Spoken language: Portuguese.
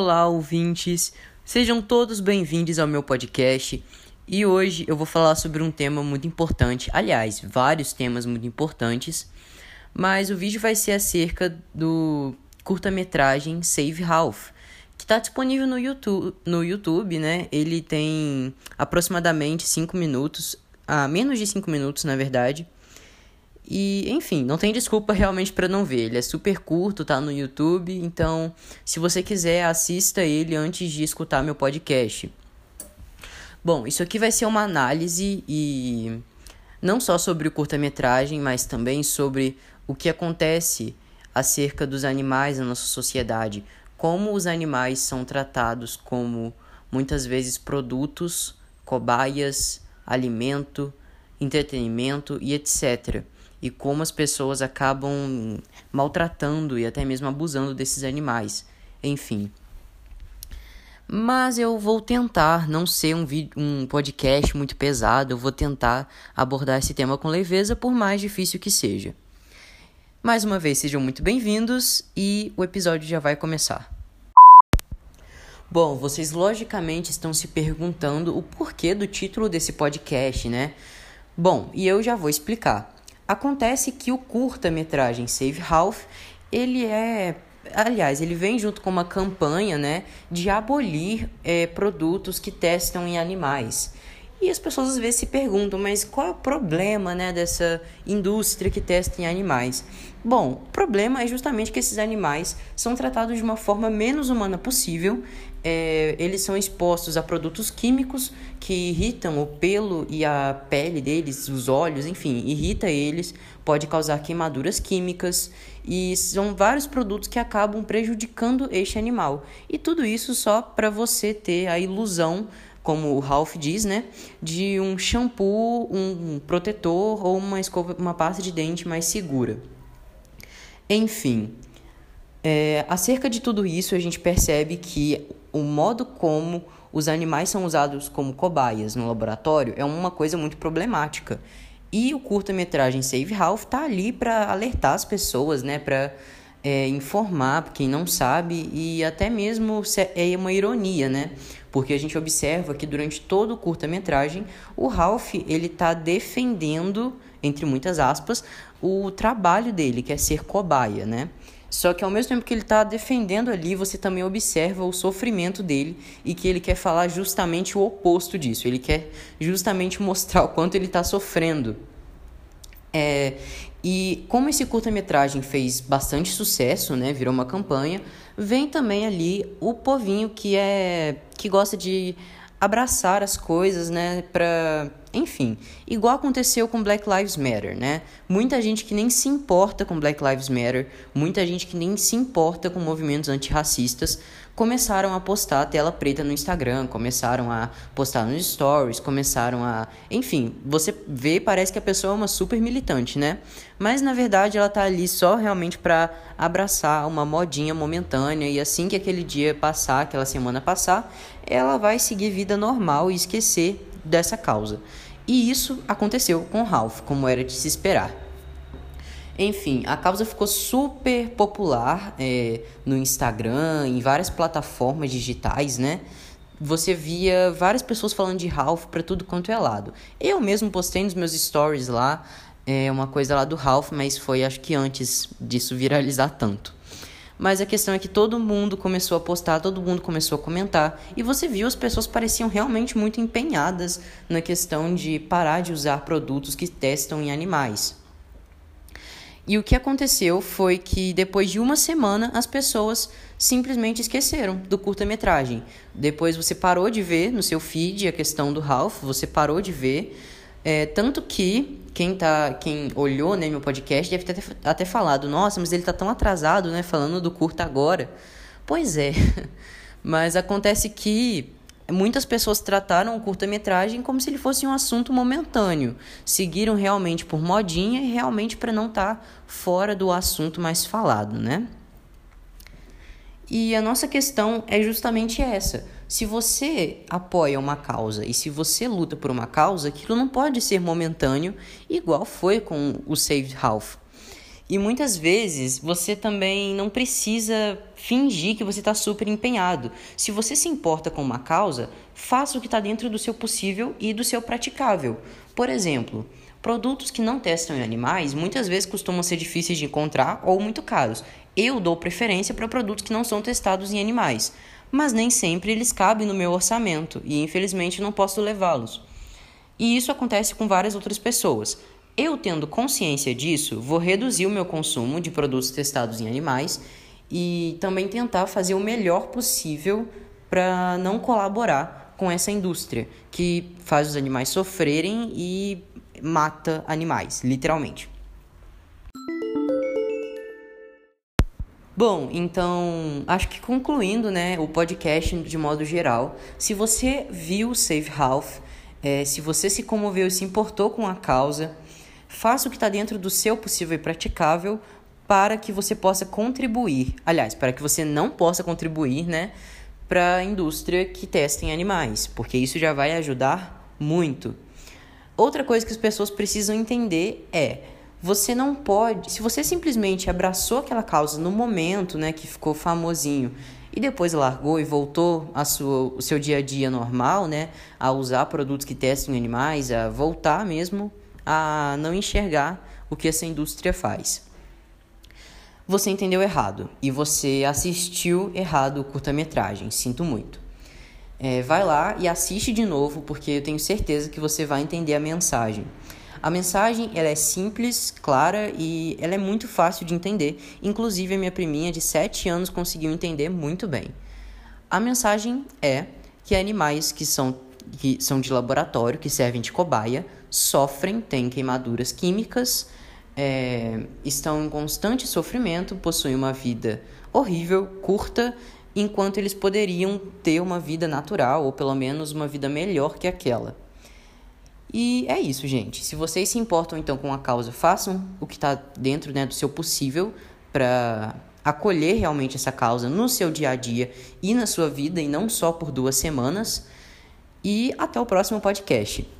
Olá, ouvintes! Sejam todos bem-vindos ao meu podcast. E hoje eu vou falar sobre um tema muito importante. Aliás, vários temas muito importantes. Mas o vídeo vai ser acerca do curta-metragem Save Ralph, que está disponível no YouTube, né? Ele tem aproximadamente 5 minutos, menos de 5 minutos, na verdade. E, enfim, não tem desculpa realmente para não ver. Ele é super curto, tá no YouTube. Então, se você quiser, assista ele antes de escutar meu podcast. Bom, isso aqui vai ser uma análise e não só sobre o curta-metragem, mas também sobre o que acontece acerca dos animais na nossa sociedade. Como os animais são tratados como, muitas vezes, produtos, cobaias, alimento, entretenimento e etc. E como as pessoas acabam maltratando e até mesmo abusando desses animais. Enfim. Mas eu vou tentar não ser um podcast muito pesado. Eu vou tentar abordar esse tema com leveza, por mais difícil que seja. Mais uma vez, sejam muito bem-vindos e o episódio já vai começar. Bom, vocês logicamente estão se perguntando o porquê do título desse podcast, né? Bom, e eu já vou explicar. Acontece que o curta-metragem Save Ralph, ele vem junto com uma campanha, né, de abolir produtos que testam em animais. E as pessoas às vezes se perguntam, mas qual é o problema, né, dessa indústria que testa em animais? Bom, o problema é justamente que esses animais são tratados de uma forma menos humana possível. Eles são expostos a produtos químicos que irritam o pelo e a pele deles, os olhos, enfim, irrita eles, pode causar queimaduras químicas e são vários produtos que acabam prejudicando este animal. E tudo isso só para você ter a ilusão, como o Ralph diz, né, de um shampoo, um protetor ou uma pasta de dente mais segura. Enfim, acerca de tudo isso, a gente percebe que o modo como os animais são usados como cobaias no laboratório é uma coisa muito problemática. E o curta-metragem Save Ralph está ali para alertar as pessoas, né, para informar quem não sabe, e até mesmo é uma ironia, né? Porque a gente observa que durante todo o curta-metragem o Ralph ele está defendendo, entre muitas aspas, o trabalho dele, que é ser cobaia, né? Só que ao mesmo tempo que ele está defendendo ali, você também observa o sofrimento dele e que ele quer falar justamente o oposto disso. Ele quer justamente mostrar o quanto ele está sofrendo. E como esse curta-metragem fez bastante sucesso, né, virou uma campanha, vem também ali o povinho que gosta de abraçar as coisas, né, enfim, igual aconteceu com Black Lives Matter, né? Muita gente que nem se importa com Black Lives Matter, muita gente que nem se importa com movimentos antirracistas, começaram a postar a tela preta no Instagram, começaram a postar nos stories, enfim, você vê, parece que a pessoa é uma super militante, né? Mas, na verdade, ela tá ali só realmente para abraçar uma modinha momentânea e assim que aquele dia passar, aquela semana passar, ela vai seguir vida normal e esquecer dessa causa. E isso aconteceu com Ralph, como era de se esperar. Enfim, a causa ficou super popular no Instagram, em várias plataformas digitais, né? Você via várias pessoas falando de Ralph para tudo quanto é lado. Eu mesmo postei nos meus stories lá uma coisa lá do Ralph, mas foi acho que antes disso viralizar tanto. Mas a questão é que todo mundo começou a postar, todo mundo começou a comentar. E você viu, as pessoas pareciam realmente muito empenhadas na questão de parar de usar produtos que testam em animais. E o que aconteceu foi que depois de uma semana as pessoas simplesmente esqueceram do curta-metragem. Depois você parou de ver no seu feed a questão do Ralph, você parou de ver. Tanto que quem olhou, né, meu podcast deve ter até falado, nossa, mas ele tá tão atrasado, né, falando do curta agora. Pois é, mas acontece que muitas pessoas trataram o curta-metragem como se ele fosse um assunto momentâneo. Seguiram realmente por modinha e realmente para não estar fora do assunto mais falado, né? E a nossa questão é justamente essa. Se você apoia uma causa e se você luta por uma causa, aquilo não pode ser momentâneo, igual foi com o Save Ralph. E muitas vezes você também não precisa fingir que você está super empenhado. Se você se importa com uma causa, faça o que está dentro do seu possível e do seu praticável. Por exemplo, produtos que não testam em animais muitas vezes costumam ser difíceis de encontrar ou muito caros. Eu dou preferência para produtos que não são testados em animais, mas nem sempre eles cabem no meu orçamento e infelizmente não posso levá-los. E isso acontece com várias outras pessoas. Eu, tendo consciência disso, vou reduzir o meu consumo de produtos testados em animais e também tentar fazer o melhor possível para não colaborar com essa indústria que faz os animais sofrerem e mata animais, literalmente. Bom, então, acho que concluindo, né, o podcast de modo geral, se você viu o Save Health, se você se comoveu e se importou com a causa, faça o que está dentro do seu possível e praticável para que você possa contribuir. Aliás, para que você não possa contribuir, né, para a indústria que testa em animais, porque isso já vai ajudar muito. Outra coisa que as pessoas precisam entender é: você não pode, se você simplesmente abraçou aquela causa no momento, né, que ficou famosinho, e depois largou e voltou o seu dia a dia normal, né, a usar produtos que testam em animais, a voltar mesmo a não enxergar o que essa indústria faz. Você entendeu errado e você assistiu errado o curta-metragem, sinto muito. Vai lá e assiste de novo, porque eu tenho certeza que você vai entender a mensagem. A mensagem ela é simples, clara e ela é muito fácil de entender. Inclusive a minha priminha de 7 anos conseguiu entender muito bem. A mensagem é que animais que são de laboratório, que servem de cobaia, sofrem, têm queimaduras químicas, estão em constante sofrimento, possuem uma vida horrível, curta, enquanto eles poderiam ter uma vida natural, ou pelo menos uma vida melhor que aquela. E é isso, gente. Se vocês se importam então com a causa, façam o que está dentro, né, do seu possível para acolher realmente essa causa no seu dia a dia e na sua vida, e não só por 2 semanas. E até o próximo podcast.